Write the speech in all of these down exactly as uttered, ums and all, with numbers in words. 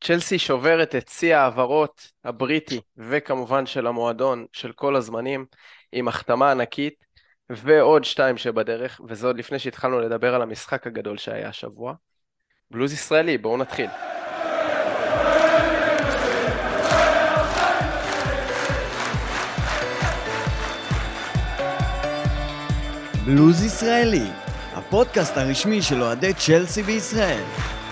צ'לסי שוברת את שיא העברות הבריטי וכמובן של המועדון של כל הזמנים עם החתמה ענקית ועוד שתיים שבדרך, וזה עוד לפני שהתחלנו לדבר על המשחק הגדול שהיה השבוע. בלוז ישראלי, בואו נתחיל. בלוז ישראלי, הפודקאסט הרשמי של אוהדי צ'לסי בישראל.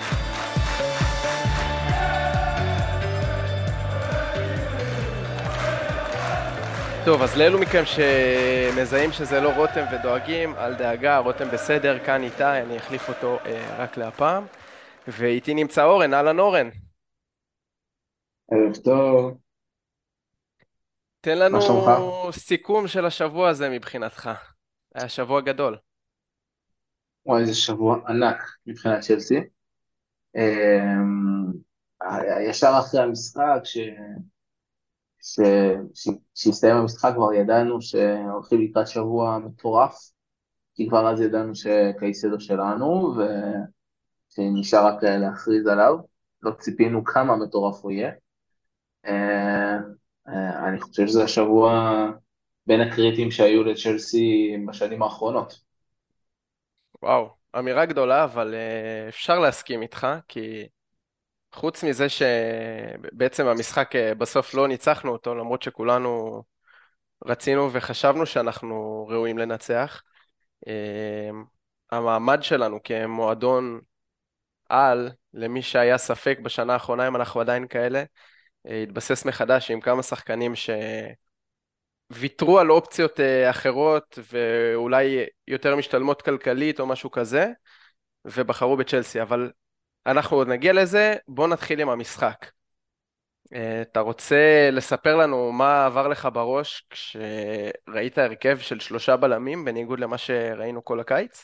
טוב, אז לאלו מכם שמזהים שזה לא רותם ודואגים, אל דאגה, רותם בסדר, כאן איתי, אני אחליף אותו אה, רק להפעם. ואיתי נמצא אורן, אהלן אורן. ערב טוב, תן מה לנו שלומך? סיכום של השבוע הזה מבחינתך. היה שבוע גדול. וואי, זה שבוע ענק מבחינת צ'לסי. אמ, ישר אחרי המשחק, ש... ש... ש... שהסתיים המשחק, כבר ידענו שהולכים לקראת שבוע מטורף, כי כבר אז ידענו שקייסדו שלנו, ושנשאר רק להכריז עליו. לא ציפינו כמה מטורף הוא יהיה. אה, אה, אני חושב שזה השבוע בין הקריטיים שהיו לצ'לסי בשנים האחרונות. וואו, אמירה גדולה, אבל אה, אפשר להסכים איתך, כי חוץ מזה שבעצם המשחק אה, בסוף לא ניצחנו אותו, למרות שכולנו רצינו וחשבנו שאנחנו ראויים לנצח, אה, המעמד שלנו כמועדון על, למי שהיה ספק בשנה האחרונה אם אנחנו עדיין כאלה, אה, התבסס מחדש עם כמה שחקנים שוויתרו על אופציות אה, אחרות ואולי יותר משתלמות כלכלית או משהו כזה, ובחרו בצ'לסי, אבל אנחנו עוד נגיע לזה. בוא נתחיל עם המשחק. אה, אתה רוצה לספר לנו מה עבר לך בראש כשראית הרכב של שלושה בלמים בניגוד למה שראינו כל הקיץ?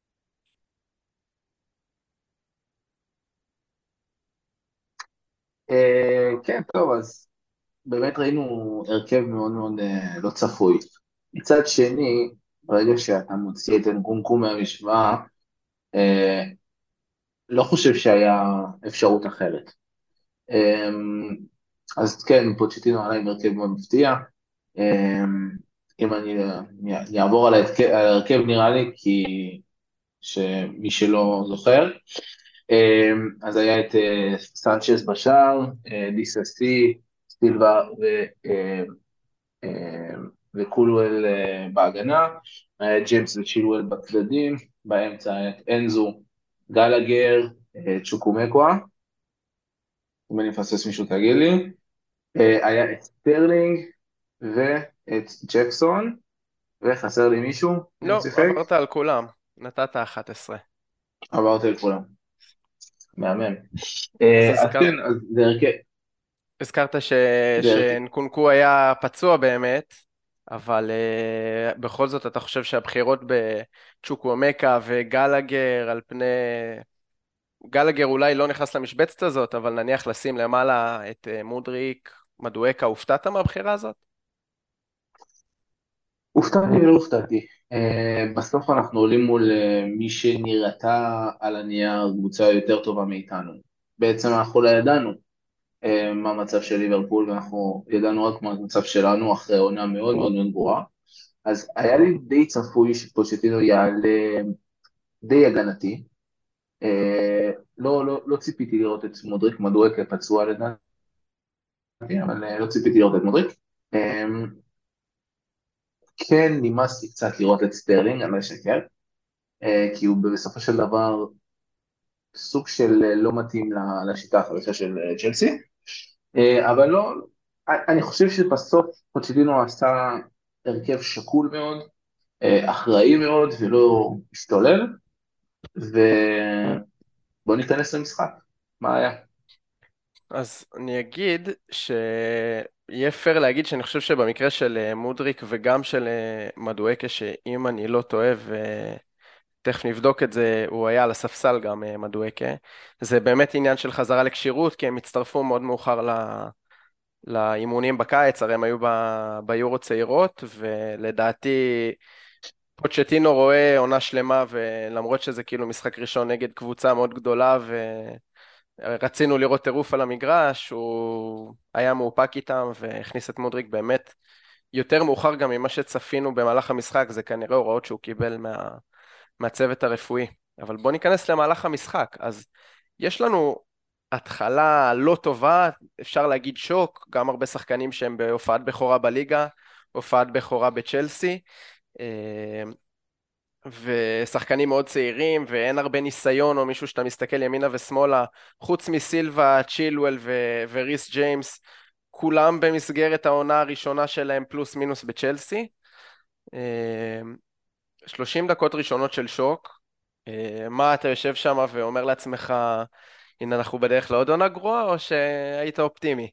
אה, כן, טוב, אז באמת ראינו הרכב מאוד מאוד אה, לא צפוי. מצד שני, ברגע שאתה מוציא את אנקונקו מהמשוואה, אה, לא חושב שהיה אפשרות אחרת. אה, אז כן, פוצ'טינו עלה עם הרכב מאוד מפתיע. אה, אם אני אה, אעבור על ההרכב, על ההרכב נראה לי, כי שמי שלא זוכר, אה, אז היה את אה, סנצ'ס בשער, אה, דיססי, סילבה ו... אה, אה, וקולואל אה, בהגנה, היה ג'יימס וצ'ילואל בצדדים, באמצע היה את אנזו, גלגר, אה, צ'וקומקווה, אם אני מפספס מישהו תגיד לי, אה, היה את סטרלינג ואת ג'קסון, וחסר לי מישהו, מי לא, שיחק? עברת על כולם, נתת אחת עשרה. עברתי על כולם, מהמם. אז אה, אז הזכר, כן, אז זה הרכב, הזכרת ש... זה הרכב. שנקונקו היה פצוע באמת, אבל uh, בכל זאת אתה חושב שהבחירות בצ'וקוומקה וגלגר על פני... גלגר אולי לא נכנס למשבצת הזאת, אבל נניח לשים למעלה את uh, מודריק, מדואקה, הופתעת מהבחירה הזאת? הופתעתי ולא הופתעתי. Uh, בסוף אנחנו עולים מול uh, מי שנראתה על הנייר קבוצה יותר טובה מאיתנו. בעצם אנחנו לא ידענו uh, מה המצב של ליברפול, ואנחנו ידענו רק מה המצב שלנו אחרי עונה מאוד מאוד מאוד גרועה. אז היה לי די צפוי שפוצ'טינו יעלה די הגנתי. Uh, לא, לא, לא ציפיתי לראות את מודריק, מדואקה פצוע לדעתי, אבל uh, לא ציפיתי לראות את מודריק. Uh, כן נמאס לי קצת לראות את סטרלינג, אני לא אשקר. אה, כי הוא בסופו של דבר סוג של אה, לא מתאים ל- לשיטה החדשה של אה, צ'לסי, אה, אבל לא, אני חושב שבסוף פוצ'טינו עשה הרכב שקול מאוד, אה, אחראי מאוד ולא משתולל, ובוא ניכנס למשחק, מה היה? אז אני אגיד שיהיה פייר להגיד שאני חושב שבמקרה של אה, מודריק וגם של אה, מדואקה, שאם אני לא טועה ותכף נבדוק את זה, הוא היה על הספסל גם אה, מדואקה, זה באמת עניין של חזרה לקשירות, כי הם הצטרפו מאוד מאוחר ל... לאימונים בקיץ, הרי הם היו ב... ביורו צעירות, ולדעתי פוצ'טינו רואה עונה שלמה, ולמרות שזה כאילו משחק ראשון נגד קבוצה מאוד גדולה, רצינו לראות טירוף על המגרש, הוא היה מאופק איתם והכניס את מודריק באמת יותר מאוחר גם ממה שצפינו במהלך המשחק, זה כנראה הוראות שהוא קיבל מה, מהצוות הרפואי. אבל בוא ניכנס למהלך המשחק. אז יש לנו התחלה לא טובה, אפשר להגיד שוק, גם הרבה שחקנים שהם בהופעת בכורה בליגה, הופעת בכורה בצ'לסי, אה, ושחקנים מאוד צעירים, ואין הרבה ניסיון או מישהו שאתה מסתכל ימינה ושמאלה, חוץ מסילבה, צ'ילואל ו- וריס ג'יימס, כולם במסגרת העונה הראשונה שלהם פלוס מינוס בצ'לסי. אה, שלושים דקות ראשונות של שוק, אה, מה אתה יושב שם ואומר לעצמך, הנה אנחנו בדרך לעוד עונה גרועה, או שהיית אופטימי?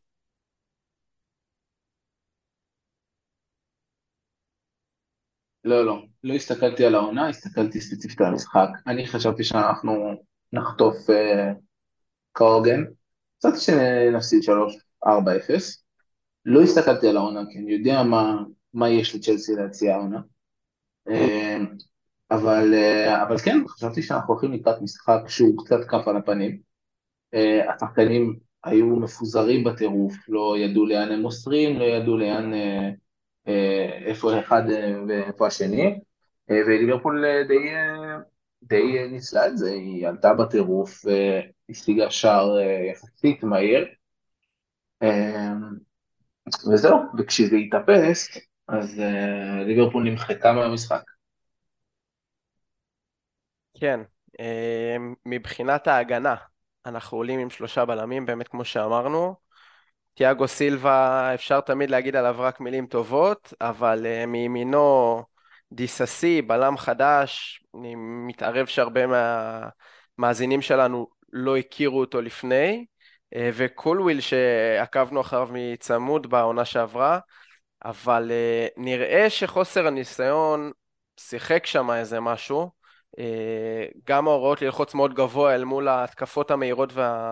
לא, לא, לא הסתכלתי על העונה, הסתכלתי ספציפית על המשחק. אני חשבתי שאנחנו נחטוף אה, כהוגן, קצת שנפסיד שלוש ארבע אפס. לא הסתכלתי על העונה, כי אני יודע מה, מה יש לצ'לסי להציע העונה. אה, אבל, אה, אבל כן, חשבתי שאנחנו הולכים לקראת משחק שהוא קצת כף על הפנים. אה, השחקנים היו מפוזרים בטירוף, לא ידעו לאן הם מוסרים, לא ידעו לאן, אה, אה, איפה אחד אה, ואיפה השני, אה, וליברפול אה, די, אה, די אה, ניצלה את זה, היא עלתה בטירוף, והשיגה שער אה, יחסית מהיר, אה, וזהו, וכשזה התאפס, אז אה, ליברפול נמחקה מהמשחק. כן, אה, מבחינת ההגנה, אנחנו עולים עם שלושה בלמים, באמת כמו שאמרנו. תיאגו סילבה, אפשר תמיד להגיד עליו רק מילים טובות, אבל אה, מימינו דיססי, בלם חדש, אני מתערב שהרבה מהמאזינים שלנו לא הכירו אותו לפני, אה, וקולוויל שעקבנו אחריו מצמוד בעונה שעברה, אבל אה, נראה שחוסר הניסיון שיחק שם איזה משהו, אה, גם ההוראות ללחוץ מאוד גבוה אל מול ההתקפות המהירות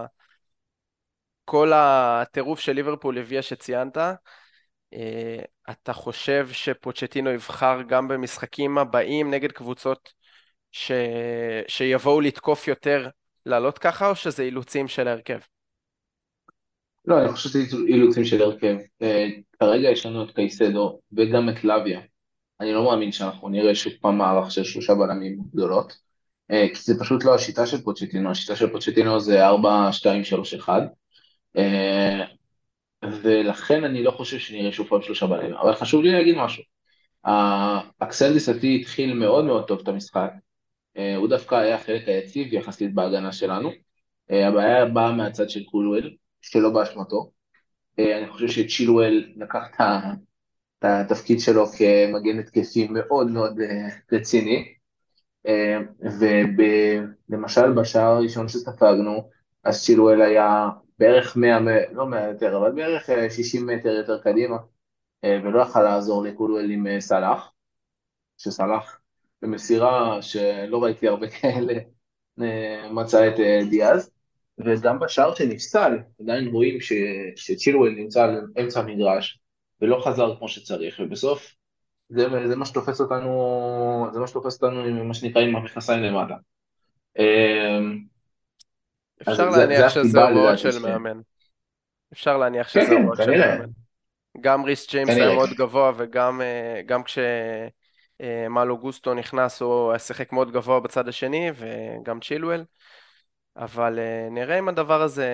וכל הטירוף של ליברפול הביאה שציינת. אה, אתה חושב שפוצ'טינו יבחר גם במשחקים הבאים נגד קבוצות ש... שיבואו לתקוף יותר לעלות ככה, או שזה אילוצים של ההרכב? לא, אני חושב שזה אילוצים של הרכב. אה, כרגע יש לנו את קייסדו וגם את לויה. אני לא מאמין שאנחנו נראה שוב פעם מערך של שלושה בלמים גדולות, אה, כי זה פשוט לא השיטה של פוצ'טינו, השיטה של פוצ'טינו זה ארבע שתיים שלוש אחת, אה, ולכן אני לא חושב שנראה שוב פעם שלושה בלמים, אבל חשוב לי להגיד משהו. אקסל דיסטי התחיל מאוד מאוד טוב את המשחק, אה, הוא דווקא היה החלק היציב יחסית בהגנה שלנו, אה, הבעיה באה מהצד של קולואל, שלא באשמתו. אה, אני חושב שצ'ילואל לקח את ה- את התפקיד שלו כמגן התקפי מאוד מאוד אה, רציני, אה, ולמשל בשער הראשון שספגנו, אז צ'ילואל היה בערך מאה, לא מאה יותר, אבל בערך אה, שישים מטר יותר קדימה, אה, ולא יכל לעזור לקולואל עם אה, סלאח, שסלאח במסירה שלא ראיתי הרבה כאלה, אה, מצא את אה, דיאז, וגם בשער שנפסל, עדיין רואים ש, שצ'ילואל נמצא על אמצע המגרש, ולא חזר כמו שצריך, ובסוף זה, זה מה שתופס אותנו, זה מה שתופס אותנו עם מה שנקרא עם המכנסיים למטה. אמ, אז אפשר זה, זה להניח שזה הסיבה הוראות לדעתי של ש... מאמן. אפשר להניח כן, שזה כן, הוראות של כנראה, מאמן. גם ריס ג'יימס היה כנראה. מאוד גבוה, וגם אה, גם כשמלו גוסטו נכנס הוא שיחק מאוד גבוה בצד השני, וגם צ'ילואל. אבל אה, נראה אם הדבר הזה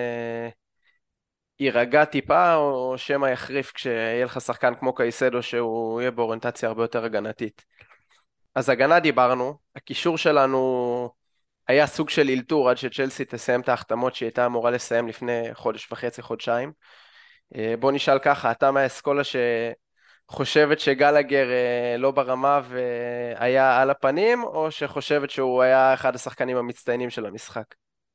יירגע טיפה, או שמא יחריף כשיהיה לך שחקן כמו קייסדו, שהוא יהיה באוריינטציה הרבה יותר הגנתית. אז הגנה דיברנו, הקישור שלנו היה סוג של אילתור עד שצ'לסי תסיים את ההחתמות שהיא הייתה אמורה לסיים לפני חודש וחצי, חודשיים. אה, בוא נשאל ככה, אתה מהאסכולה שחושבת שגלגר אה, לא ברמה והיה על הפנים, או שחושבת שהוא היה אחד השחקנים המצטיינים של המשחק?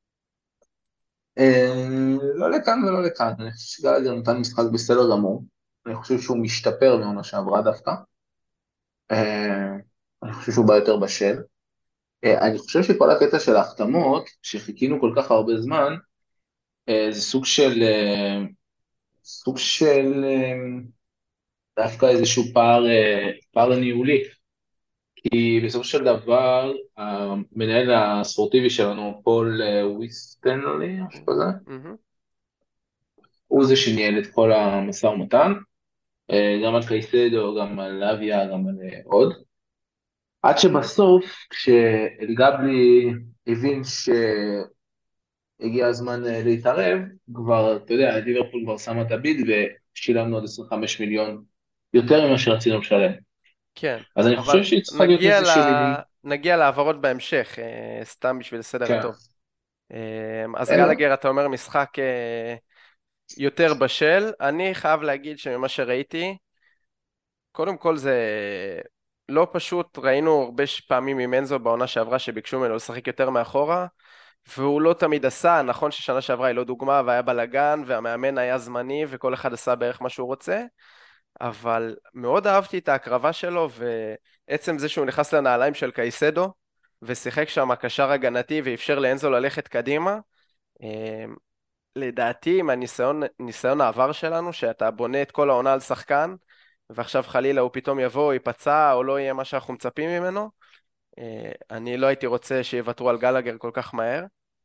אמ, לא לכאן ולא לכאן, אני חושב שגלגר נתן משחק בסדר גמור, אני חושב שהוא משתפר מעונה שעברה דווקא, אמ, אני חושב שהוא בא יותר בשל, אה, אני חושב שכל הקטע של ההחתמות, שחיכינו כל כך הרבה זמן, אה, זה סוג של, אה, סוג של אה, דווקא איזשהו פער, אה, פער ניהולי, כי בסופו של דבר, המנהל הספורטיבי שלנו, פול אה, ויסטנלי, משהו כזה, מהמם. הוא זה שניהל את כל המשא ומתן, אה, גם על קייסדו, גם על אביה, גם על אה, עוד. עד שבסוף, כשאלגבלי הבין שהגיע הזמן אה, להתערב, כבר, אתה יודע, ליברפול כבר שמה את הביד ושילמנו עוד עשרים וחמישה מיליון יותר ממה שרצינו לשלם. כן, אז אני חושב אבל שצריכה להיות נגיע ל... איזושהי מילים. נגיע להעברות בהמשך, אה, סתם בשביל הסדר כן, הטוב. אה, אז אין לו. גלגר, אתה אומר משחק אה, יותר בשל. אני חייב להגיד שממה שראיתי, קודם כל זה לא פשוט, ראינו הרבה פעמים עם אנזו בעונה שעברה שביקשו ממנו לשחק יותר מאחורה, והוא לא תמיד עשה. נכון ששנה שעברה היא לא דוגמה והיה בלגן והמאמן היה זמני וכל אחד עשה בערך מה שהוא רוצה, אבל מאוד אהבתי את ההקרבה שלו, ועצם זה שהוא נכנס לנעליים של קייסדו ושיחק שם קשר הגנתי ואפשר לאנזו ללכת קדימה. אה, לדעתי מהניסיון ניסיון העבר שלנו, שאתה בונה את כל העונה על שחקן ועכשיו חלילה הוא פתאום יבוא, ייפצע או לא יהיה מה שאנחנו מצפים ממנו, אה, אני לא הייתי רוצה שיוותרו על גלגר כל כך מהר,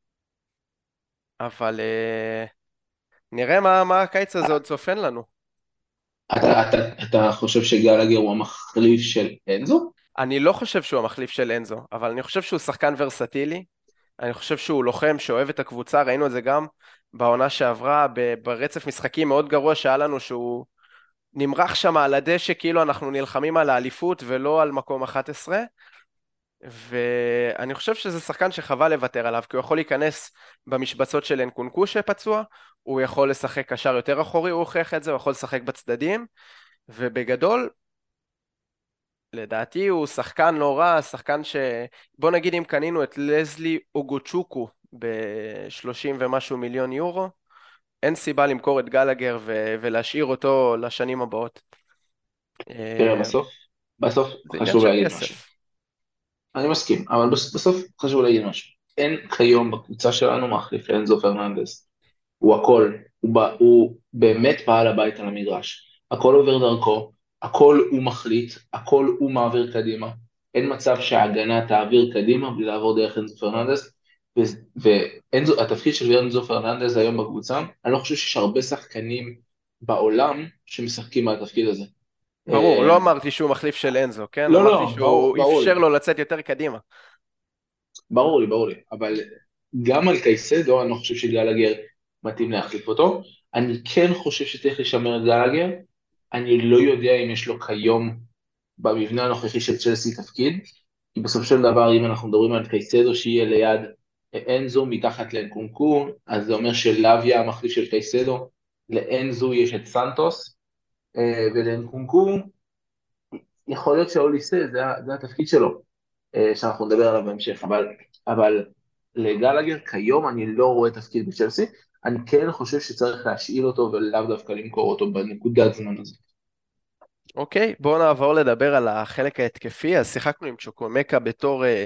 אבל אה, נראה מה, מה הקיץ הזה עוד צופן לנו. אתה, אתה, אתה חושב שגלגר הוא המחליף של אנזו? אני לא חושב שהוא המחליף של אנזו, אבל אני חושב שהוא שחקן ורסטילי, אני חושב שהוא לוחם שאוהב את הקבוצה, ראינו את זה גם בעונה שעברה, ב- ברצף משחקים מאוד גרוע שהיה לנו, שהוא נמרח שם על הדשא כאילו אנחנו נלחמים על האליפות ולא על מקום אחת עשרה, ואני חושב שזה שחקן שחבל לוותר עליו, כי הוא יכול להיכנס במשבצות של אנקונקו שפצוע, הוא יכול לשחק קשר יותר אחורי, הוא הוכיח את זה, הוא יכול לשחק בצדדים, ובגדול לדעתי הוא שחקן לא רע, שחקן ש... בוא נגיד אם קנינו את לזלי אוגוצ'וקו ב-שלושים ומשהו מיליון יורו, אין סיבה למכור את גלגר ו... ולהשאיר אותו לשנים הבאות. תראה, אה, בסוף, בסוף זה עניין חשוב של להגיד משהו. כסף. אני מסכים, אבל בס- בסוף חשוב להגיד משהו. אין כיום בקבוצה שלנו מחליף לאנזו פרננדס. הוא הכל, הוא, בא, הוא באמת בעל הבית על המגרש. הכל עובר דרכו, הכל הוא מחליט, הכל הוא מעביר קדימה. אין מצב שההגנה תעביר קדימה בלי לעבור דרך אנזו פרננדס. והתפקיד של אנזו פרננדס היום בקבוצה, אני לא חושב שיש הרבה שחקנים בעולם שמשחקים על התפקיד הזה. ברור, אה, לא אמרתי שהוא מחליף של אנזו, כן? לא, אמרתי לא, ברור, שהוא ברור לי. אפשר לו לצאת יותר קדימה. ברור לי, ברור לי, אבל גם על קייסדו אני לא חושב שגלגר מתאים להחליף אותו. אני כן חושב שצריך לשמר את גלגר, אני לא יודע אם יש לו כיום במבנה הנוכחי של צ'לסי תפקיד, כי בסופו של דבר אם אנחנו מדברים על קייסדו שיהיה ליד אנזו מתחת לאנקונקו, אז זה אומר שלאביה המחליף של קייסדו, לאנזו יש את סנטוס, אה, ולאנקונקו יכול להיות שאוליסה זה, ה- זה התפקיד שלו. אה, שאנחנו נדבר עליו בהמשך, אבל, אבל לגלגר כיום אני לא רואה תפקיד בצ'לסי, אני כן חושב שצריך להשאיל אותו ולאו דווקא למכור אותו בנקודת זמן הזה. אוקיי, בואו נעבור לדבר על החלק ההתקפי. אז שיחקנו עם צ'וקומקה בתור אה,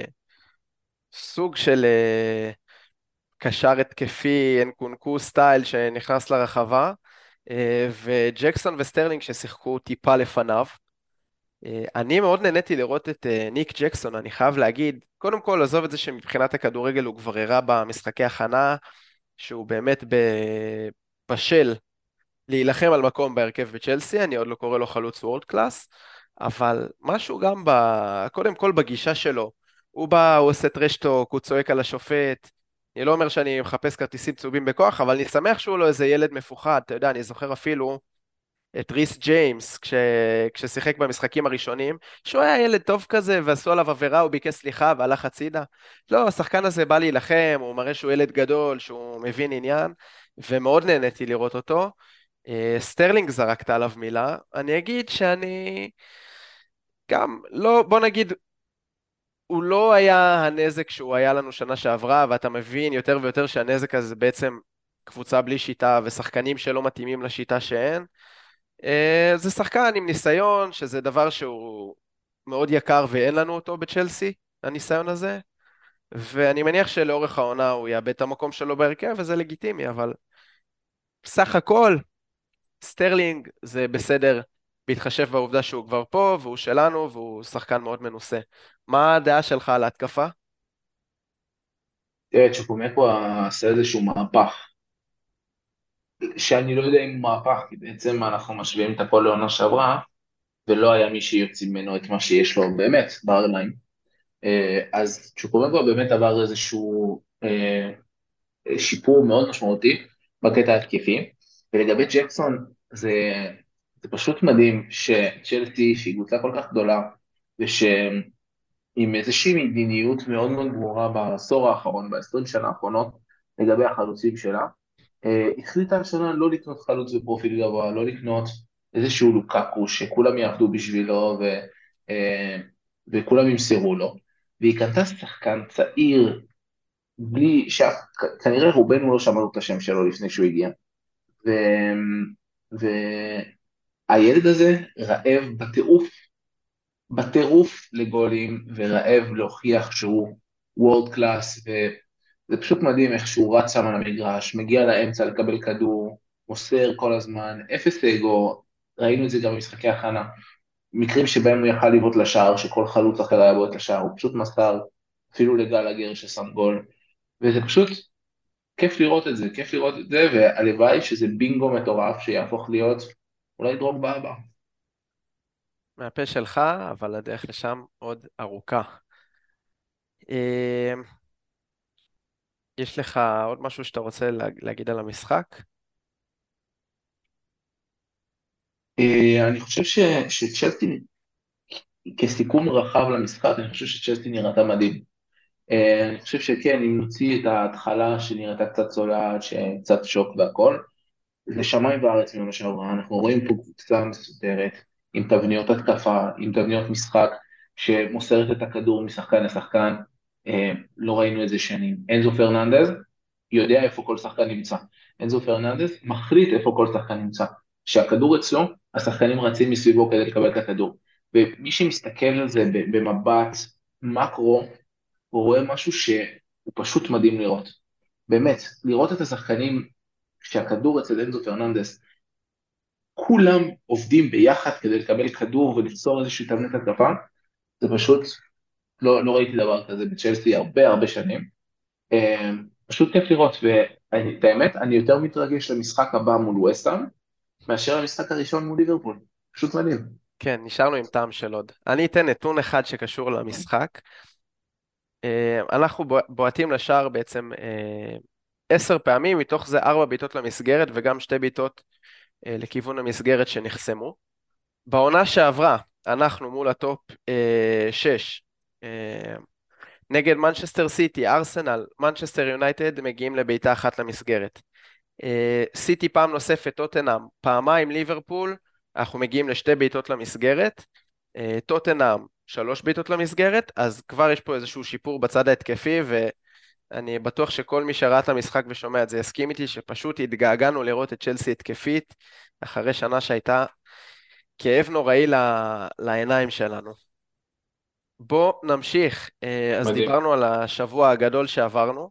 סוג של אה, קשר התקפי אנקונקו סטייל שנכנס לרחבה, אה, וג'קסון וסטרלינג ששיחקו טיפה לפניו. אה, אני מאוד נהניתי לראות את אה, ניק ג'קסון, אני חייב להגיד, קודם כל עזוב את זה שמבחינת הכדורגל הוא כבר הראה במשחקי הכנה, שהוא באמת ב- בשל להילחם על מקום בהרכב בצ'לסי, אני עוד לא קורא לו חלוץ וורד קלאס, אבל משהו גם ב... קודם כל בגישה שלו, הוא בא, הוא עושה טרשטוק, הוא צועק על השופט, אני לא אומר שאני מחפש כרטיסים צהובים בכוח, אבל אני שמח שהוא לא איזה ילד מפוחד, אתה יודע, אני זוכר אפילו את ריס ג'יימס, כש... כששיחק במשחקים הראשונים, שהוא היה ילד טוב כזה, ועשו עליו עבירה, הוא ביקש סליחה והלך הצידה. לא, השחקן הזה בא להילחם, הוא מראה שהוא ילד גדול, שהוא מבין עניין, ומאוד נהניתי לראות אותו. אה, סטרלינג זרקת עליו מילה, אני אגיד שאני גם, לא, בוא נגיד, הוא לא היה הנזק שהוא היה לנו שנה שעברה, ואתה מבין יותר ויותר שהנזק הזה בעצם קבוצה בלי שיטה, ושחקנים שלא מתאימים לשיטה שאין. אה, זה שחקן עם ניסיון, שזה דבר שהוא מאוד יקר ואין לנו אותו בצ'לסי, הניסיון הזה, ואני מניח שלאורך העונה הוא יאבד את המקום שלו בהרכב, וזה לגיטימי, אבל סך הכל, סטרלינג זה בסדר, בהתחשב בעובדה שהוא כבר פה, והוא שלנו, והוא שחקן מאוד מנוסה. מה הדעה שלך על ההתקפה? תראה, צ'וקומקו עשה איזשהו מהפך, שאני לא יודע אם הוא מהפך, כי בעצם אנחנו משווים את הכל לעונה שעברה, ולא היה מי שיוציא ממנו את מה שיש לו באמת בארליין. אה, אז צ'וקומקו באמת עבר איזשהו אה, שיפור מאוד משמעותי בקטע ההתקפי, ולגבי ג'קסון זה, זה פשוט מדהים שצ'לסי, שהיא קבוצה כל כך גדולה, ושעם איזושהי מדיניות מאוד מאוד ברורה בעשור האחרון, ב-עשרים שנה האחרונות, לגבי החלוצים שלה, אה, החליטה השנה לא לקנות חלוץ בפרופיל גבוה, לא לקנות איזשהו לוקקו שכולם יעבדו בשבילו ו, אה, וכולם ימסרו לו, והיא קנתה שחקן צעיר, בלי, שכנראה רובנו לא שמענו את השם שלו לפני שהוא הגיע, ו, והילד הזה רעב בטירוף, בטירוף לגולים, ורעב להוכיח שהוא וורד קלאס, וזה פשוט מדהים איך שהוא רץ שם על המגרש, מגיע לאמצע לקבל כדור, מוסר כל הזמן, אפס אגו, ראינו את זה גם במשחקי הכנה, מקרים שבהם הוא יכל לבעוט לשער, שכל חלוץ אחר היה בועט לשער, הוא פשוט מסר, אפילו לגלגר ששם גול, וזה פשוט כיף לראות את זה, כיף לראות את זה, והלוואי שזה בינגו מטורף שיהפוך להיות אולי דרוג באבא. מהפה שלך, אבל הדרך לשם עוד ארוכה. אה, יש לך עוד משהו שאתה רוצה לה- להגיד על המשחק? אה, אני חושב ש- שצ'לסי, כסיכום רחב למשחק, אני חושב שצ'לסי נראתה מדהים. אה, אני חושב שכן, אם נוציא את ההתחלה שנראתה קצת צולעת, שקצת שוק והכל, זה שמיים וארץ ממה שעברה, אנחנו רואים פה קבוצה מסודרת, עם תבניות התקפה, עם תבניות משחק, שמוסרת את הכדור משחקן לשחקן, אה, לא ראינו את זה שנים. אנזו פרננדז יודע איפה כל שחקן נמצא, אנזו פרננדז מחליט איפה כל שחקן נמצא, כשהכדור אצלו, השחקנים רצים מסביבו כדי לקבל את הכדור, ומי שמסתכל על זה במבט מקרו, הוא רואה משהו שהוא פשוט מדהים לראות, באמת, לראות את השחקנים, כשהכדור אצל אנזו פרננדס, כולם עובדים ביחד כדי לקבל כדור וליצור איזושהי תבנית התקפה, זה פשוט, לא, לא ראיתי דבר כזה בצ'לסי הרבה הרבה שנים, אה, פשוט כיף לראות, ואת האמת, אני יותר מתרגש למשחק הבא מול וסטהאם, מאשר המשחק הראשון מול ליברפול, פשוט מדהים. כן, נשארנו עם טעם של עוד. אני אתן נתון אחד שקשור למשחק. אה, אנחנו בוע- בועטים לשער בעצם אה, עשר פעמים, מתוך זה ארבע בעיטות למסגרת וגם שתי בעיטות אה, לכיוון המסגרת שנחסמו. בעונה שעברה, אנחנו מול הטופ אה, שש, אה, נגד מנצ'סטר סיטי, ארסנל, מנצ'סטר יונייטד מגיעים לבעיטה אחת למסגרת. אה, סיטי פעם נוספת, טוטנהאם, פעמיים ליברפול, אנחנו מגיעים לשתי בעיטות למסגרת. אה, טוטנהאם, שלוש בעיטות למסגרת, אז כבר יש פה איזשהו שיפור בצד ההתקפי, ואני בטוח שכל מי שראה את המשחק ושומע את זה יסכים איתי, שפשוט התגעגענו לראות את צ'לסי התקפית, אחרי שנה שהייתה כאב נוראי ל- לעיניים שלנו. בוא נמשיך. אה, אז מדהים. דיברנו על השבוע הגדול שעברנו,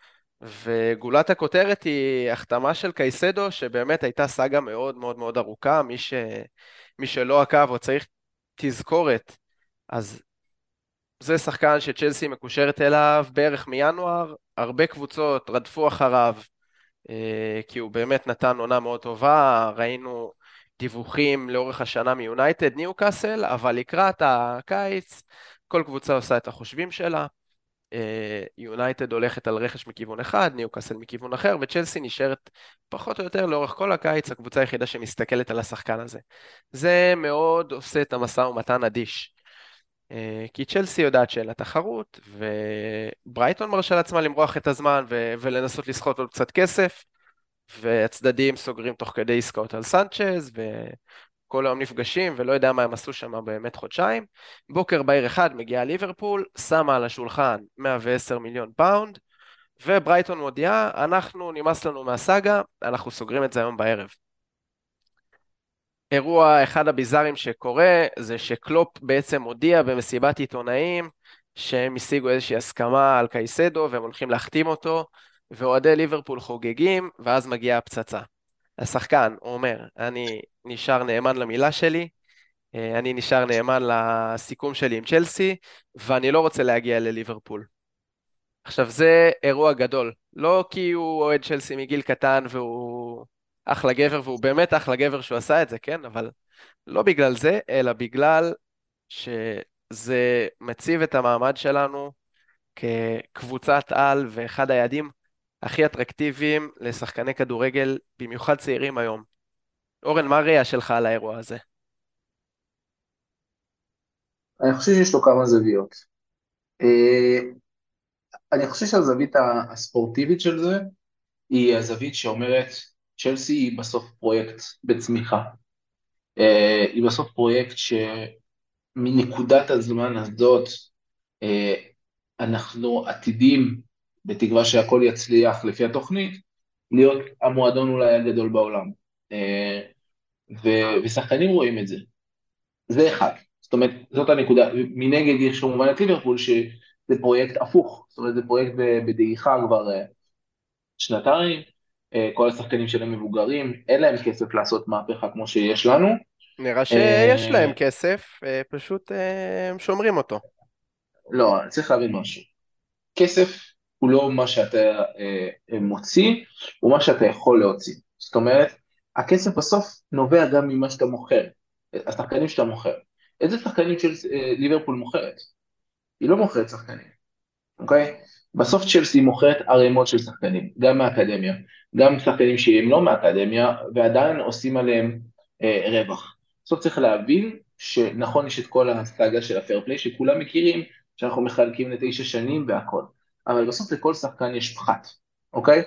וגולת הכותרת היא החתמה של קייסדו, שבאמת הייתה סאגה מאוד מאוד מאוד ארוכה. מי ש... מי שלא עקב או צריך תזכורת, אז זה שחקן שצ'לסי מקושרת אליו בערך מינואר, הרבה קבוצות רדפו אחריו, אה, כי הוא באמת נתן עונה מאוד טובה, ראינו דיווחים לאורך השנה מיונייטד, ניוקאסל, אבל לקראת הקיץ כל קבוצה עושה את החושבים שלה. יונייטד הולכת על רכש מכיוון אחד, ניוקאסל מכיוון אחר, וצ'לסי נשארת פחות או יותר לאורך כל הקיץ הקבוצה היחידה שמסתכלת על השחקן הזה. זה מאוד עושה את המשא ומתן אדיש, אה, כי צ'לסי יודעת שאין לה תחרות, וברייטון מרשה לעצמה למרוח את הזמן ו- ולנסות לסחוט עוד קצת כסף, והצדדים סוגרים תוך כדי עסקאות על סנצ'ז, כל היום נפגשים ולא יודע מה הם עשו שם באמת חודשיים. בוקר בהיר אחד מגיעה ליברפול, שמה על השולחן מאה ועשר מיליון פאונד, וברייטון מודיעה, אנחנו נמאס לנו מהסאגה, אנחנו סוגרים את זה היום בערב. אירוע אחד הביזארים שקורה זה שקלופ בעצם הודיע במסיבת עיתונאים שהם השיגו איזושהי הסכמה על קייסדו והם הולכים להחתים אותו, ואוהדי ליברפול חוגגים, ואז מגיעה הפצצה. השחקן אומר, אני נשאר נאמן למילה שלי, אה, אני נשאר נאמן לסיכום שלי עם צ'לסי, ואני לא רוצה להגיע לליברפול. עכשיו זה אירוע גדול, לא כי הוא אוהד צ'לסי מגיל קטן והוא אחלה גבר, והוא באמת אחלה גבר שהוא עשה את זה, כן? אבל לא בגלל זה, אלא בגלל שזה מציב את המעמד שלנו כקבוצת על ואחד היעדים הכי אטרקטיביים לשחקני כדורגל, במיוחד צעירים היום. אורן, מה הראייה שלך על האירוע הזה? אני חושב שיש לו כמה זוויות. אה, אני חושב שהזווית הספורטיבית של זה, היא הזווית שאומרת, צ'לסי היא בסוף פרויקט בצמיחה. אה, היא בסוף פרויקט שמנקודת הזמן הזאת, אה, אנחנו עתידים, בתקווה שהכל יצליח לפי התוכנית, להיות המועדון אולי הגדול בעולם. אה, ו- ושחקנים רואים את זה. זה אחד. זאת אומרת, זאת הנקודה. מנגד יש כמובן את ליברפול, שזה פרויקט הפוך. זאת אומרת, זה פרויקט בדעיכה כבר אה, שנתיים, אה, כל השחקנים שלהם מבוגרים, אין להם כסף לעשות מהפכה כמו שיש לנו. נראה שיש אה, להם כסף, אה, פשוט אה, הם שומרים אותו. לא, צריך להבין משהו. כסף הוא לא מה שאתה אה, אה, מוציא, הוא מה שאתה יכול להוציא. זאת אומרת, הכסף בסוף נובע גם ממה שאתה מוכר, השחקנים שאתה מוכר. איזה שחקנים של אה, ליברפול מוכרת? היא לא מוכרת שחקנים, אוקיי? בסוף צ'לסי מוכרת ערימות של שחקנים, גם מהאקדמיה, גם שחקנים שהם לא מהאקדמיה, ועדיין עושים עליהם אה, רווח. בסוף צריך להבין שנכון יש את כל הסאגה של הפיירפליי, שכולם מכירים, שאנחנו מחלקים לתשע שנים והכל. אבל בסוף לכל שחקן יש פחת, אוקיי?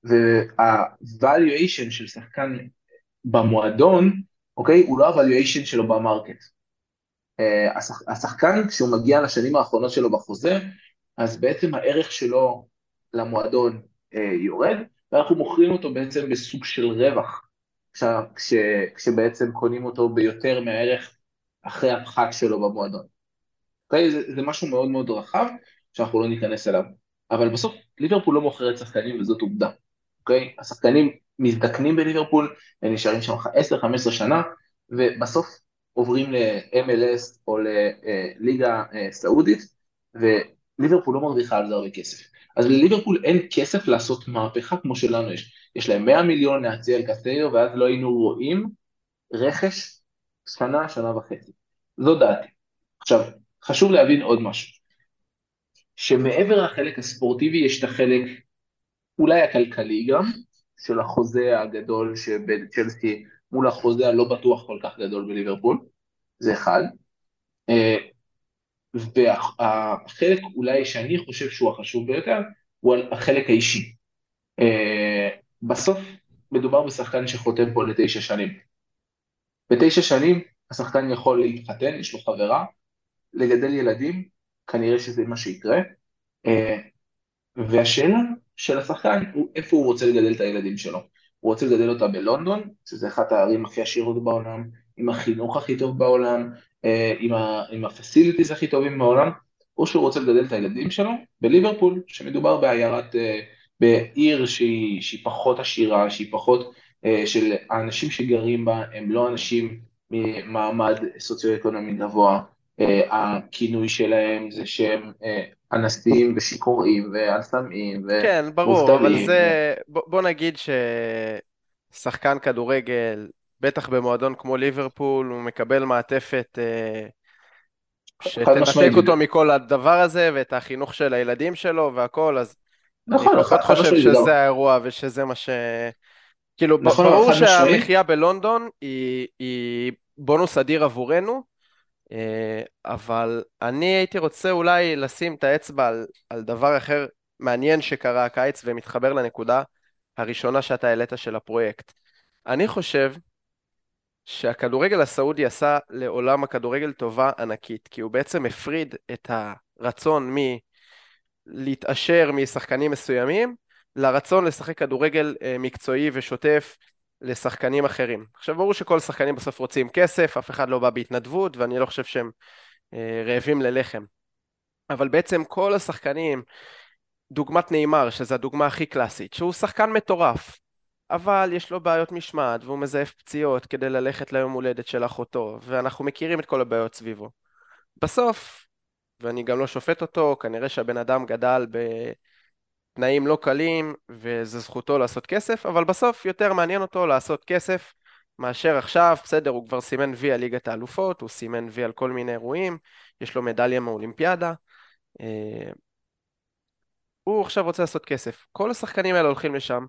וה-valuation של שחקן במועדון, אוקיי, הוא לא ה-valuation שלו במרקט. אה, השח, השחקן כשהוא מגיע לשנים האחרונות שלו בחוזה, אז בעצם הערך שלו למועדון אה, יורד, ואנחנו מוכרים אותו בעצם בסוג של רווח, כש, כש, כשבעצם קונים אותו ביותר מהערך אחרי הפחת שלו במועדון. אוקיי? זה, זה משהו מאוד מאוד רחב, שאנחנו לא ניכנס אליו. אבל בסוף ליברפול לא מוכרת שחקנים וזאת עובדה. אוקיי? השחקנים מזדקנים בליברפול, הם נשארים שם עשר חמש עשרה שנה, ובסוף עוברים ל-אם אל אס או לליגה אה, סעודית, וליברפול לא מרוויחה על זה הרבה כסף. אז לליברפול אין כסף לעשות מהפכה כמו שלנו יש. יש להם מאה מיליון להציע אל קסטדיו, ואז לא היינו רואים רכש שנה, שנה וחצי. זו דעתי. עכשיו, חשוב להבין עוד משהו, שמעבר לחלק הספורטיבי יש את החלק אולי הכלכלי גם, של החוזה הגדול שבין צ'לסי מול החוזה הלא בטוח כל כך גדול בליברפול, זה אחד. אה, והחלק אולי שאני חושב שהוא החשוב ביותר, הוא החלק האישי. אה, בסוף מדובר בשחקן שחותם פה לתשע שנים. בתשע שנים השחקן יכול להתחתן, יש לו חברה, לגדל ילדים, כנראה שזה מה שיקרה. אה, והשאלה של השחקן הוא איפה הוא רוצה לגדל את הילדים שלו. הוא רוצה לגדל אותה בלונדון, שזה אחת הערים הכי עשירות בעולם, עם החינוך הכי טוב בעולם, אה, עם, ה, עם הפסיליטיז הכי טובים בעולם, או שהוא רוצה לגדל את הילדים שלו בליברפול, שמדובר בעיירת, אה, בעיר שהיא, שהיא פחות עשירה, שהיא פחות, אה, של האנשים שגרים בה הם לא אנשים ממעמד סוציו-אקונומי גבוה, אה, הכינוי שלהם זה שהם אה, אנסים ושיכורים ואלסמים כן, ברור, אבל ומובטלים. זה, בוא, בוא נגיד ששחקן כדורגל, בטח במועדון כמו ליברפול, הוא מקבל מעטפת אה, חד שתנתק משמעית, אותו מכל הדבר הזה, ואת החינוך של הילדים שלו והכל, אז אני נכון, פחות חד חושב משמעית, זה גם, שזה האירוע ושזה מה ש... כאילו, ב- נכון, ברור חד משמעית, שהמחיה בלונדון היא, היא בונוס אדיר עבורנו, אה, אבל אני הייתי רוצה אולי לשים את האצבע על, על דבר אחר מעניין שקרה הקיץ ומתחבר לנקודה הראשונה שאתה העלית של הפרויקט. אני חושב שהכדורגל הסעודי עשה לעולם הכדורגל טובה ענקית, כי הוא בעצם הפריד את הרצון מלהתעשר משחקנים מסוימים, לרצון לשחק כדורגל אה, מקצועי ושוטף לשחקנים אחרים. עכשיו ברור שכל שחקנים בסוף רוצים כסף, אף אחד לא בא בהתנדבות, ואני לא חושב שהם אה, רעבים ללחם. אבל בעצם כל השחקנים, דוגמת נאמר, שזו הדוגמה הכי קלאסית, שהוא שחקן מטורף, אבל יש לו בעיות משמעת והוא מזייף פציעות כדי ללכת ליום הולדת של אחותו, ואנחנו מכירים את כל הבעיות סביבו. בסוף, ואני גם לא שופט אותו, כנראה שהבן אדם גדל בתנאים לא קלים וזה זכותו לעשות כסף, אבל בסוף יותר מעניין אותו לעשות כסף מאשר עכשיו. בסדר, הוא כבר סימן וי על ליגת האלופות, הוא סימן וי על כל מיני אירועים, יש לו מדליה מאולימפיאדה, אה, הוא עכשיו רוצה לעשות כסף. כל השחקנים האלה הולכים לשם,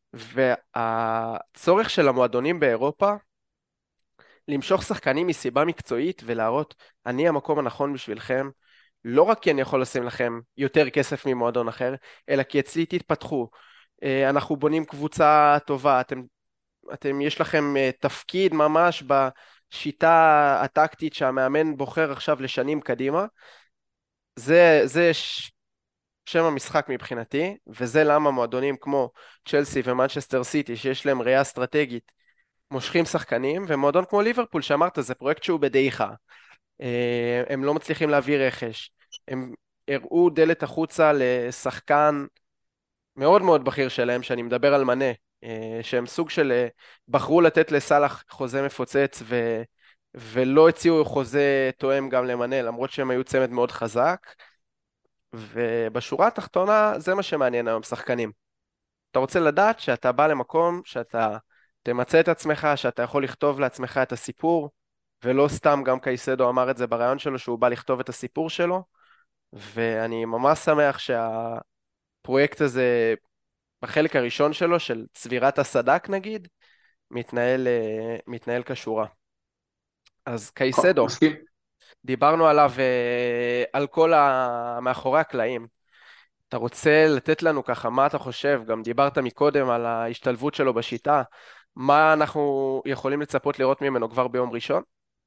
והצורך של המועדונים באירופה למשוך שחקנים מסיבה מקצועית ולהראות, אני המקום הנכון בשבילכם, לא רק כי אני יכול לשים לכם יותר כסף ממועדון אחר, אלא כי אצלי תתפתחו. אה, אנחנו בונים קבוצה טובה, אתם, אתם יש לכם אה, תפקיד ממש בשיטה הטקטית שהמאמן בוחר עכשיו לשנים קדימה. זה, זה ש- שם המשחק מבחינתי, וזה למה מועדונים כמו צ'לסי ומנצ'סטר סיטי, שיש להם ראייה אסטרטגית, מושכים שחקנים, ומועדון כמו ליברפול, שאמרת, זה פרויקט שהוא בדעיכה. אה, הם לא מצליחים להביא רכש. הם הראו דלת החוצה לשחקן מאוד מאוד בכיר שלהם, שאני מדבר על מנה, אה, שהם סוג של, אה, בחרו לתת לסלאח חוזה מפוצץ, ו... ולא הציעו חוזה תואם גם למנה, למרות שהם היו צמד מאוד חזק, ובשורה התחתונה זה מה שמעניין היום שחקנים. אתה רוצה לדעת שאתה בא למקום, שאתה תמצא את עצמך, שאתה יכול לכתוב לעצמך את הסיפור, ולא סתם גם קייסדו אמר את זה ברעיון שלו, שהוא בא לכתוב את הסיפור שלו, ואני ממש שמח שהפרויקט הזה, בחלק הראשון שלו, של צבירת הסדק נגיד, מתנהל, אה, מתנהל כשורה. אז קייסדו, מסכים. דיברנו עליו, אה, על כל ה... מאחורי הקלעים. אתה רוצה לתת לנו ככה, מה אתה חושב? גם דיברת מקודם על ההשתלבות שלו בשיטה. מה אנחנו יכולים לצפות לראות ממנו כבר ביום ראשון?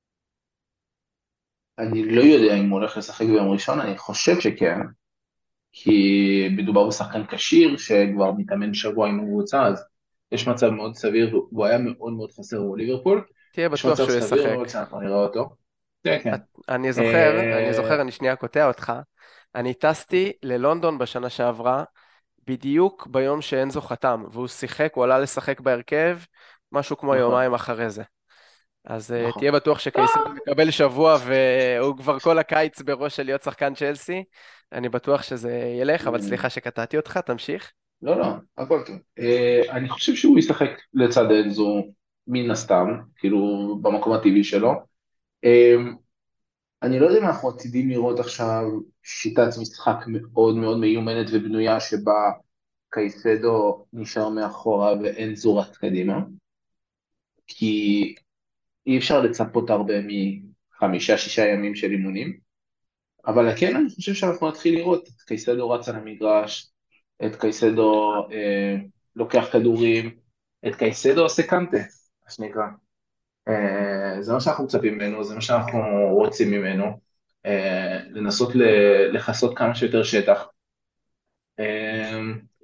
אני לא יודע אם הוא הולך לשחק ביום ראשון, אני חושב שכן, כי מדובר בשחקן כשיר שכבר מתאמן שבוע עם הקבוצה, אז יש מצב מאוד סביר, והוא היה מאוד מאוד חסר בליברפול, תהיה יש בטוח מצב שהוא סביר ישחק. מאוד שאנחנו נראה אותו. כן, כן. את- אני זוכר, אני אה, זוכר, אני שנייה קוטע אותך. אני טסתי ללונדון בשנה שעברה, בדיוק ביום שאנזו חתם, והוא שיחק, הוא עלה לשחק בהרכב, משהו כמו נכון, יומיים אחרי זה. אז uh, נכון. תהיה בטוח שקייסדו מקבל שבוע והוא כבר כל הקיץ בראש של להיות שחקן צ'לסי. אני בטוח שזה ילך, אבל סליחה שקטעתי אותך, תמשיך. לא, לא, הכל טוב. אה, אני חושב שהוא ישחק לצד אנזו מן הסתם, כאילו במקום הטבעי שלו. אה, אני לא יודע אם אנחנו עתידים לראות עכשיו שיטת משחק מאוד מאוד מיומנת ובנויה שבה קייסדו נשאר מאחורה ואנזו רץ קדימה, כי אי אפשר לצפות הרבה מחמישה-שישה ימים של אימונים, אבל כן אני חושב שאנחנו נתחיל לראות את קייסדו רץ על המגרש, את קייסדו אה, לוקח כדורים, את קייסדו עושה קנטה, מה שנקרא. אה, זה מה שאנחנו מצפים ממנו, זה מה שאנחנו רוצים ממנו, אה, לנסות ל- לכסות כמה שיותר שטח. אה,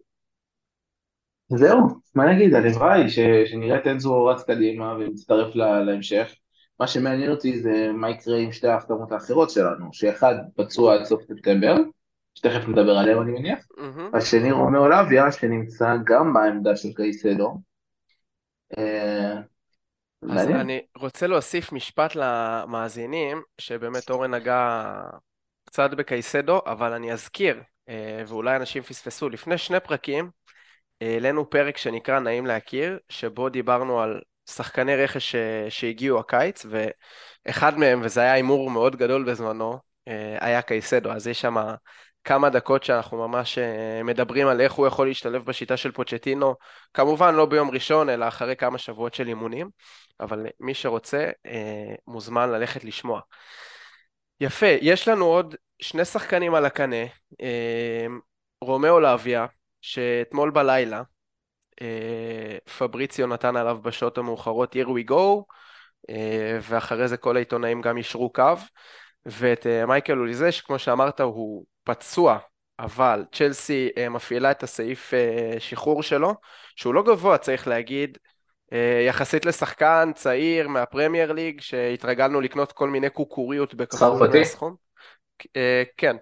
זהו, מה נגיד, הלוואי ש- שנראה את אנזו רץ קדימה ומצטרף ל- להמשך. מה שמעניין אותי זה מה יקרה עם שתי ההחתמות האחרות שלנו, שאחד פצוע עד סוף ספטמבר, שתכף נדבר עליהם אני מניח, מהמם. השני רומאו לביה שנמצא גם בעמדה של קייסדו. אה, אז מעניין. אני רוצה להוסיף משפט למאזינים, שבאמת אורן נגע קצת בקייסדו, אבל אני אזכיר, אה, ואולי אנשים פספסו, לפני שני פרקים, העלינו פרק שנקרא נעים להכיר, שבו דיברנו על שחקני רכש ש- שהגיעו הקיץ, ואחד מהם, וזה היה הימור מאוד גדול בזמנו, אה, היה קייסדו. אז יש שם כמה דקות שאנחנו ממש אה, מדברים על איך הוא יכול להשתלב בשיטה של פוצ'טינו, כמובן לא ביום ראשון, אלא אחרי כמה שבועות של אימונים, אבל מי שרוצה אה, מוזמן ללכת לשמוע. יפה, יש לנו עוד שני שחקנים על הקנה, אה, רומאו לאביה, שאתמול בלילה, אה, פבריציו נתן עליו בשעות המאוחרות here we go, אה, ואחרי זה כל העיתונאים גם ישרו קו, ואת אה, מייקל אוליזה, שכמו שאמרת הוא פצוע, אבל צ'לסי אה, מפעילה את הסעיף אה, שחרור שלו, שהוא לא גבוה צריך להגיד, אה, יחסית לשחקן צעיר מהפרמייר ליג, שהתרגלנו לקנות כל מיני קוקוריות בכפול צרפתי? מהסכום. אה, כן,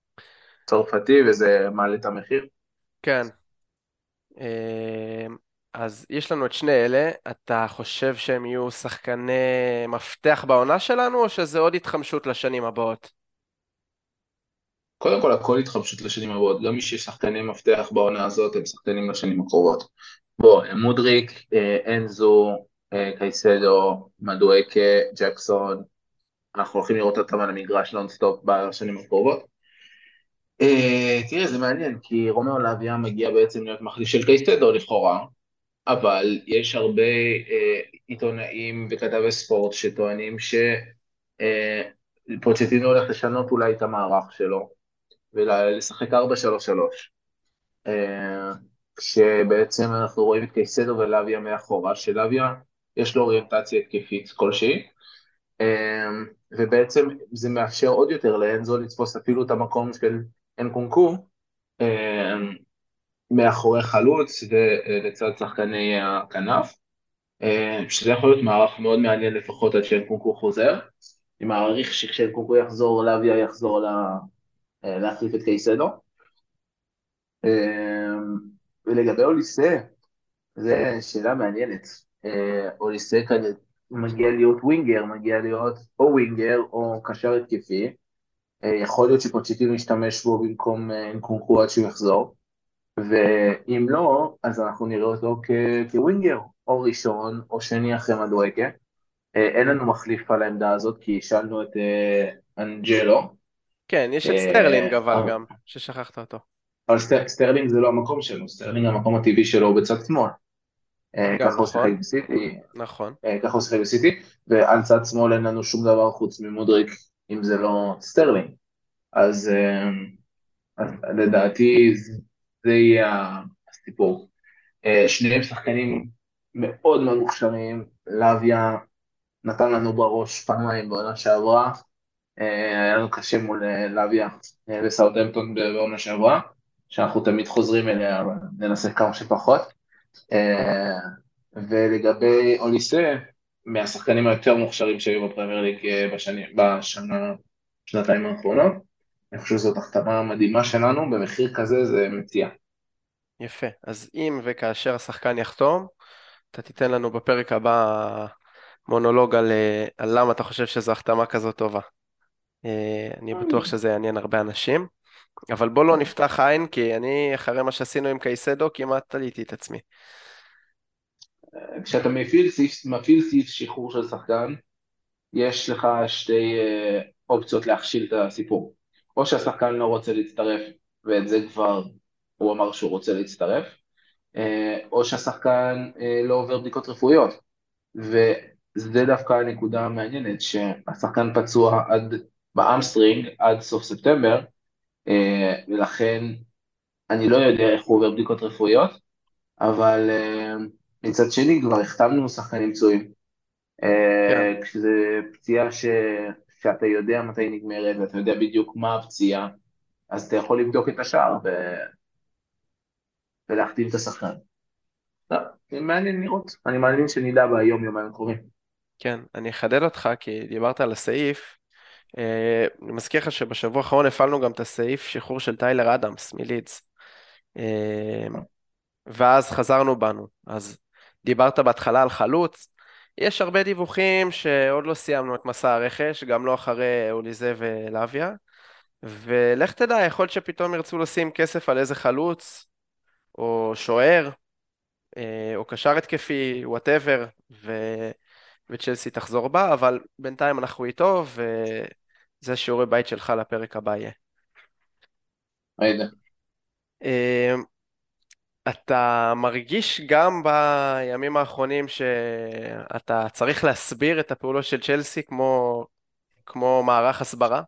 צרפתי וזה מעלה את המחיר. כן. אה, אז יש לנו את שני אלה, אתה חושב שהם יהיו שחקני מפתח בעונה שלנו, או שזה עוד התחמשות לשנים הבאות? קודם כל, הכל התחמשות לשנים הבאות, גם מי ששחקני מפתח בעונה הזאת הם שחקנים לשנים הקרובות. בוא, מודריק, אה, אנזו, אה, קייסדו, מדואקה, ג'קסון, אנחנו הולכים לראות אותם על המגרש נונסטופ בשנים הקרובות. אה, תראה, זה מעניין, כי רומאו לאביה מגיע בעצם להיות מחליף של קייסדו לכאורה, אבל יש הרבה אה, עיתונאים וכתבי ספורט שטוענים שפוצ'טינו הולך לשנות אולי את המערך שלו, ולשחק ארבע שלוש שלוש. אה, כשבעצם אנחנו רואים את קייסדו ולאביה מאחורה, שלאביה יש לו אוריינטציה התקפית כלשהי, אה, ובעצם זה מאפשר עוד יותר לאנזו לתפוס אפילו את המקום של אנקונקו, אה, מאחורי חלוץ ולצד שחקני הכנף, אה, שזה יכול להיות מערך מאוד מעניין לפחות עד שאנקונקו חוזר. אני מעריך שכשאנקונקו יחזור, לאביה יחזור לה, אה, להחליף את קייסדו. אה, ולגבי אוליסה, זו שאלה מעניינת. אה, אוליסה כזה מגיע להיות ווינגר, מגיע להיות או ווינגר או קשר התקפי. אה, יכול להיות שפוצ'טינו ישתמש בו במקום אה, אנקונקו עד שהוא יחזור. ואם לא, אז אנחנו נראה אותו כ- כווינגר, או ראשון או שני אחרי מדואקה. אה, אין לנו מחליף על העמדה הזאת, כי שאלנו את אה, אנג'לו. כן, יש את סטרלינג אה, אבל גם, ששכחת אותו. אבל סטר, סטרלינג זה לא המקום שלו, סטרלינג המקום הטבעי שלו הוא בצד שמאל. אה, גם ככה הוא שיחק נכון, בסיטי, נכון. אה, ככה הוא שיחק בסיטי, ועל צד שמאל אין לנו שום דבר חוץ ממודריק, אם זה לא סטרלינג. אז, אה, אז לדעתי זה זה יהיה הסיפור. אה, שניהם שחקנים מאוד מאוד מוכשרים, לאביה נתן לנו בראש פעמיים בעונה שעברה, אה, היה לנו קשה מול אה, לאביה אה, בסאוטהמפטון בעונה שעברה, שאנחנו תמיד חוזרים אליה, אבל ננסה כמה שפחות. אה, ולגבי אוליסה, מהשחקנים היותר מוכשרים שהיו בפרמייר ליג אה, בשנים, בשנה, שנתיים האחרונות, אני חושב שזאת החתמה מדהימה שלנו, במחיר כזה זה מציע. יפה. אז אם וכאשר השחקן יחתום, אתה תיתן לנו בפרק הבא מונולוג על, אה, על למה אתה חושב שזו החתמה כזאת טובה. אה, אני בטוח שזה יעניין הרבה אנשים, אבל בוא לא נפתח עין, כי אני, אחרי מה שעשינו עם קייסדו, כמעט תליתי את עצמי. כשאתה מפעיל סעיף, מפעיל סעיף שחרור של שחקן, יש לך שתי אה, אופציות להכשיל את הסיפור. או שהשחקן לא רוצה להצטרף, ואת זה כבר הוא אמר שהוא רוצה להצטרף, אה, או שהשחקן אה, לא עובר בדיקות רפואיות. וזה דווקא הנקודה המעניינת, שהשחקן פצוע עד באמסטרינג עד סוף ספטמבר, אה, ולכן אני לא יודע איך הוא עובר בדיקות רפואיות, אבל אה, מצד שני כבר החתמנו שחקנים פצועים. כן, אה, כשזה פציעה ש... שאתה יודע מתי היא נגמרת, ואתה יודע בדיוק מה הפציעה, אז אתה יכול לבדוק את השער ו... ולהחתים את השחקן. לא, זה מעניין לראות, אני מאמין שנדע ביום יומיים הקרובים. כן, אני אחדד אותך, כי דיברת על הסעיף. אה, אני מזכיר לך שבשבוע האחרון הפעלנו גם את הסעיף שחרור של טיילר אדמס מלידס. אה, ואז חזרנו בנו. אז דיברת בהתחלה על חלוץ. יש הרבה דיווחים שעוד לא סיימנו את מסע הרכש, גם לא אחרי אוליזה ולאביה. ולך תדע, יכול להיות שפתאום ירצו לשים כסף על איזה חלוץ, או שוער, אה, או קשר התקפי, וואטאבר, ו... וצ'לסי תחזור בה, אבל בינתיים אנחנו איתו, וזה שיעורי בית שלך לפרק הבא יהיה. ראיתי. אה, אתה מרגיש גם בימים האחרונים שאתה צריך להסביר את הפעולות של צ'לסי כמו, כמו מערך הסברה?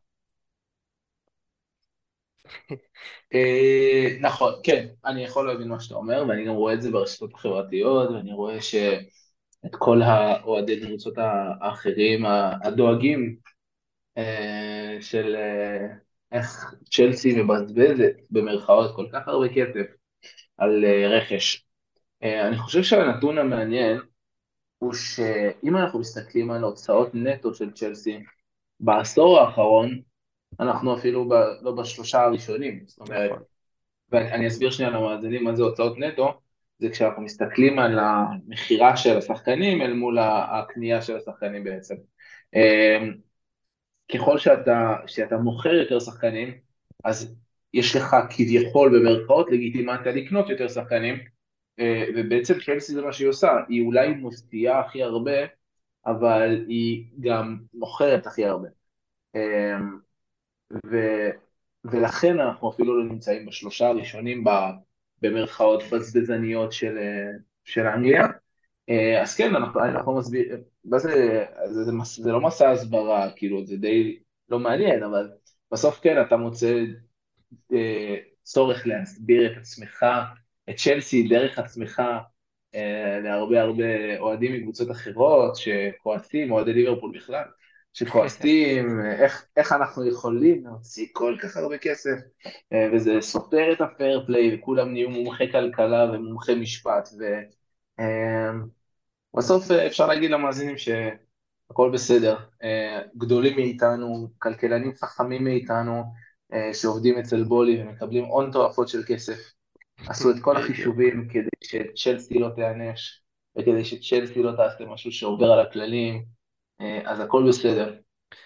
אה, נכון, כן, אני יכול להבין מה שאתה אומר, ואני גם רואה את זה ברשתות החברתיות, ואני רואה שאת כל האוהדי קבוצות האחרים, הדואגים, אה, של אה, איך צ'לסי מבזבזת במרכאות כל כך הרבה כסף על אה, רכש. אה, אני חושב שהנתון המעניין הוא שאם אנחנו מסתכלים על הוצאות נטו של צ'לסי בעשור האחרון, אנחנו אפילו ב, לא בשלושה הראשונים, זאת אומרת, נכון. ואני אסביר שנייה למאזינים מה זה הוצאות נטו. זה כשאנחנו מסתכלים על המחירה של השחקנים אל מול הקנייה של השחקנים בעצם. אמ, ככל שאתה, שאתה מוכר יותר שחקנים, אז יש לך כביכול במרכאות לגיטימציה לקנות יותר שחקנים, אה, ובעצם צ'לסי זה מה שהיא עושה, היא אולי מוציאה הכי הרבה, אבל היא גם מוכרת הכי הרבה. אמ, ו, ולכן אנחנו אפילו לא נמצאים בשלושה הראשונים ב, במרכאות בזבזניות של, אה, של אנגליה. אה, אז כן, אנחנו, אנחנו מסביר, מה זה, זה, זה, מס- זה לא מסע הסברה, כאילו, זה די לא מעניין, אבל בסוף כן, אתה מוצא אה, צורך להסביר את עצמך, את צ'לסי דרך עצמך, אה, להרבה הרבה אוהדים מקבוצות אחרות שכועסים, אוהדי ליברפול בכלל, שכועסים, אה, איך, איך אנחנו יכולים להוציא כל כך הרבה כסף, אה, וזה סותר את הפייר פליי, וכולם נהיו מומחי כלכלה ומומחי משפט, ו... אה, בסוף אה, אפשר להגיד למאזינים שהכל בסדר, אה, גדולים מאיתנו, כלכלנים חכמים מאיתנו, אה, שעובדים אצל בולי ומקבלים הון תועפות של כסף, עשו את כל בדיוק. החישובים כדי שצ'לסי לא תיענש, וכדי שצ'לסי לא תעשה משהו שעובר על הכללים, אה, אז הכל בסדר.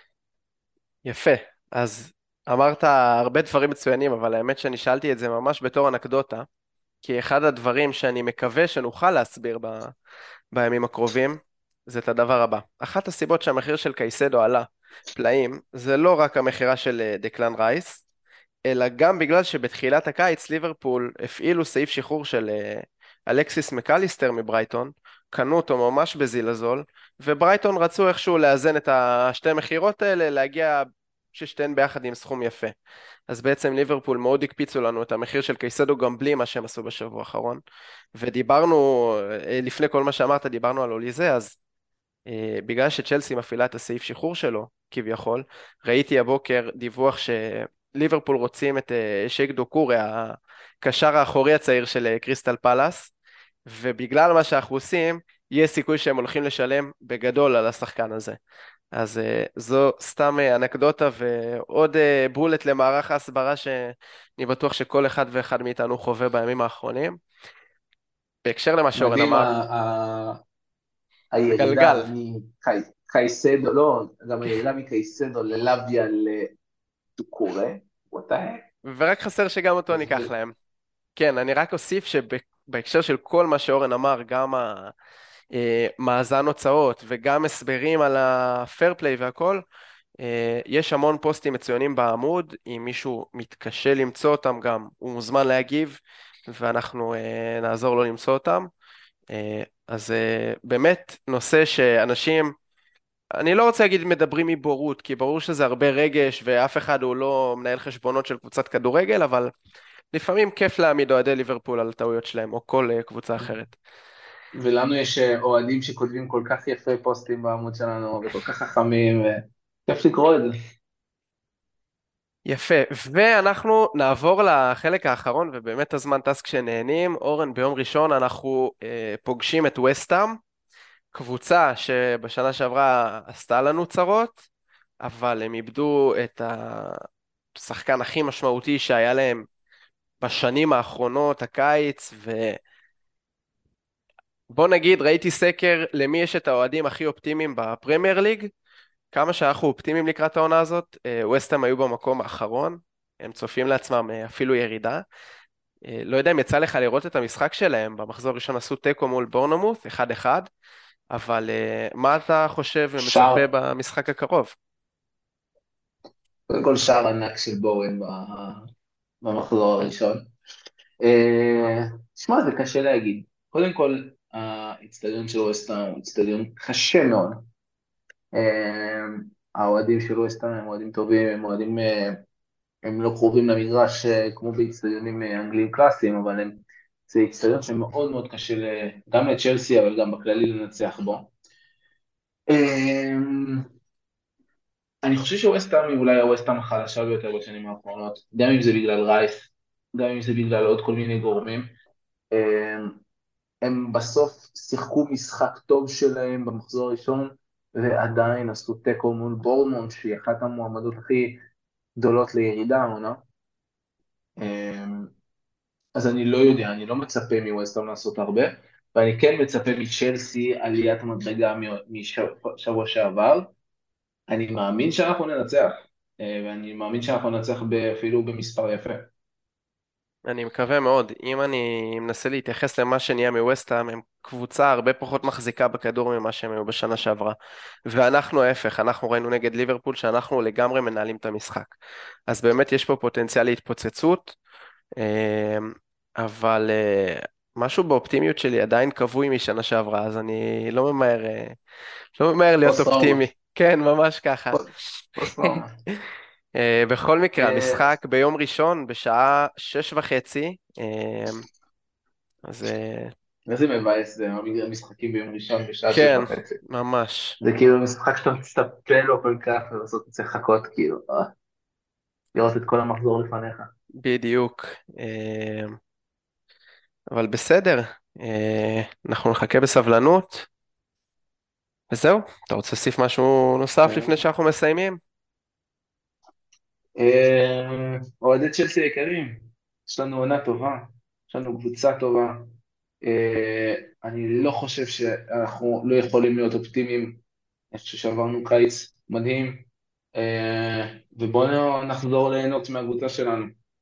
יפה. אז אמרת הרבה דברים מצוינים, אבל האמת שאני שאלתי את זה ממש בתור אנקדוטה, כי אחד הדברים שאני מקווה שנוכל להסביר ב... בימים הקרובים, זה את הדבר הבא. אחת הסיבות שהמחיר של קייסדו עלה פלאים, זה לא רק המחירה של אה, דקלן רייס, אלא גם בגלל שבתחילת הקיץ ליברפול הפעילו סעיף שחרור של אה, אלכסיס מקליסטר מברייטון, קנו אותו ממש בזיל הזול, וברייטון רצו איכשהו לאזן את השתי מחירות האלה, להגיע ששתיהן ביחד עם סכום יפה. אז בעצם ליברפול מאוד הקפיצו לנו את המחיר של קייסדו גם בלי מה שהם עשו בשבוע האחרון. ודיברנו, אה, לפני כל מה שאמרת, דיברנו על אוליזה, אז אה, בגלל שצ'לסי מפעילה את הסעיף שחרור שלו, כביכול, ראיתי הבוקר דיווח שליברפול רוצים את אה, שייק דוקורי, הקשר האחורי הצעיר של אה, קריסטל פלאס, ובגלל מה שאנחנו עושים, יש סיכוי שהם הולכים לשלם בגדול על השחקן הזה. אז אה, זו סתם אה, אנקדוטה ועוד אה, בולט למערך ההסברה שאני בטוח שכל אחד ואחד מאיתנו חווה בימים האחרונים. בהקשר למה שאורן מדהים אמר, ה- ה- הירידה הגלגל, מקייסדו, לא, גם הירידה מקייסדו ללביה לדוקורי, what the heck? ורק חסר שגם אותו ניקח להם. כן, אני רק אוסיף שבהקשר של כל מה שאורן אמר, גם המאזן הוצאות וגם הסברים על הפייר פליי והכל, אה, יש המון פוסטים מצוינים בעמוד, אם מישהו מתקשה למצוא אותם גם, הוא מוזמן להגיב, ואנחנו אה, נעזור לו למצוא אותם. אה, אז אה, באמת נושא שאנשים, אני לא רוצה להגיד מדברים מבורות, כי ברור שזה הרבה רגש, ואף אחד הוא לא מנהל חשבונות של קבוצת כדורגל, אבל לפעמים כיף להעמיד אוהדי ליברפול על הטעויות שלהם, או כל אה, קבוצה אחרת. ולנו יש אה, אוהדים שכותבים כל כך יפה פוסטים בעמוד שלנו, וכל כך חכמים, וכיף לקרוא את זה. יפה, ואנחנו נעבור לחלק האחרון, ובאמת הזמן טס כשנהנים. אורן, ביום ראשון אנחנו אה, פוגשים את וסטהאם, קבוצה שבשנה שעברה עשתה לנו צרות, אבל הם איבדו את השחקן הכי משמעותי שהיה להם בשנים האחרונות, הקיץ, ובוא נגיד, ראיתי סקר למי יש את האוהדים הכי אופטימיים בפרמייר ליג, כמה שאנחנו אופטימיים לקראת העונה הזאת, אה, וסטהאם היו במקום האחרון, הם צופים לעצמם אה, אפילו ירידה. אה, לא יודע אם יצא לך לראות את המשחק שלהם, במחזור ראשון עשו תיקו מול בורנמות' אחד אחד, אבל אה, מה אתה חושב ומצפה שער, במשחק הקרוב? קודם כל שער ענק של בורן ב- במחזור הראשון. אה, שמע, זה קשה להגיד. קודם כל, האיצטדיון של ווסטהאם הוא איצטדיון קשה מאוד. אה, האוהדים של ווסטהאם הם אוהדים טובים, הם אוהדים, אה, הם לא קרובים למגרש אה, כמו באיצטדיונים אה, אנגליים קלאסיים, אבל הם, זה איצטדיון שמאוד מאוד קשה ל- גם לצ'לסי, אבל גם בכללי לנצח בו. אה, אני חושב שווסטהאם היא אולי הווסטהאם החלשה ביותר בשנים האחרונות, גם אם זה בגלל רייס, גם אם זה בגלל עוד כל מיני גורמים. הם, הם בסוף שיחקו משחק טוב שלהם במחזור הראשון, ועדיין עשו תיקו מול בורנמוט, שהיא אחת המועמדות הכי גדולות לירידה העונה. הם, אז אני לא יודע, אני לא מצפה מווסטהאם לעשות הרבה, ואני כן מצפה מצ'לסי עליית מדרגה משבוע שעבר. אני מאמין שאנחנו ננצח, אה, ואני מאמין שאנחנו ננצח אפילו במספר יפה. אני מקווה מאוד. אם אני מנסה להתייחס למה שנהיה מווסטהאם, הם קבוצה הרבה פחות מחזיקה בכדור ממה שהם היו בשנה שעברה. ואנחנו ההפך, אנחנו ראינו נגד ליברפול שאנחנו לגמרי מנהלים את המשחק. אז באמת יש פה פוטנציאל להתפוצצות, אה, אבל אה, משהו באופטימיות שלי עדיין כבוי משנה שעברה, אז אני לא ממהר, אה, לא ממהר להיות פוסט טראומה, אופטימי. כן, ממש ככה. פוסט טראומה. אה, בכל מקרה, אה, המשחק ביום ראשון בשעה שש וחצי, אה, אז אה, איזה מבאס זה, המשחקים ביום ראשון בשעה שש כן, וחצי. ממש, זה כאילו משחק שאתה מצטפה לו כל כך, ולעשות את זה חכות, כאילו, אה, לראות את כל המחזור לפניך. בדיוק. אה, אבל בסדר, אה, אנחנו נחכה בסבלנות, וזהו. אתה רוצה להוסיף משהו נוסף לפני שאנחנו מסיימים? אה, אוהדי צ'לסי היקרים, יש לנו עונה טובה, יש לנו קבוצה טובה. אה, אני לא חושב שאנחנו לא יכולים להיות אופטימיים. אני חושב שעברנו קיץ מדהים, אה, ובואו נחזור ליהנות מהקבוצה שלנו.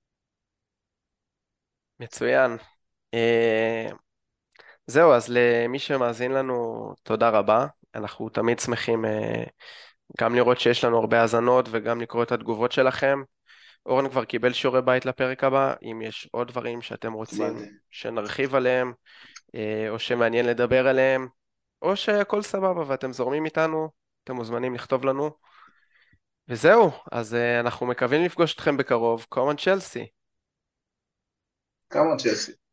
מצוין. אה, זהו, אז למי שמאזין לנו, תודה רבה. אנחנו תמיד שמחים אה, גם לראות שיש לנו הרבה האזנות וגם לקרוא את התגובות שלכם. אורן כבר קיבל שיעורי בית לפרק הבא, אם יש עוד דברים שאתם רוצים קיבלתי. שנרחיב עליהם, אה, או שמעניין לדבר עליהם, או שהכל סבבה ואתם זורמים איתנו, אתם מוזמנים לכתוב לנו. וזהו, אז אה, אנחנו מקווים לפגוש אתכם בקרוב. קומן צ'לסי. כמה צ'לסי.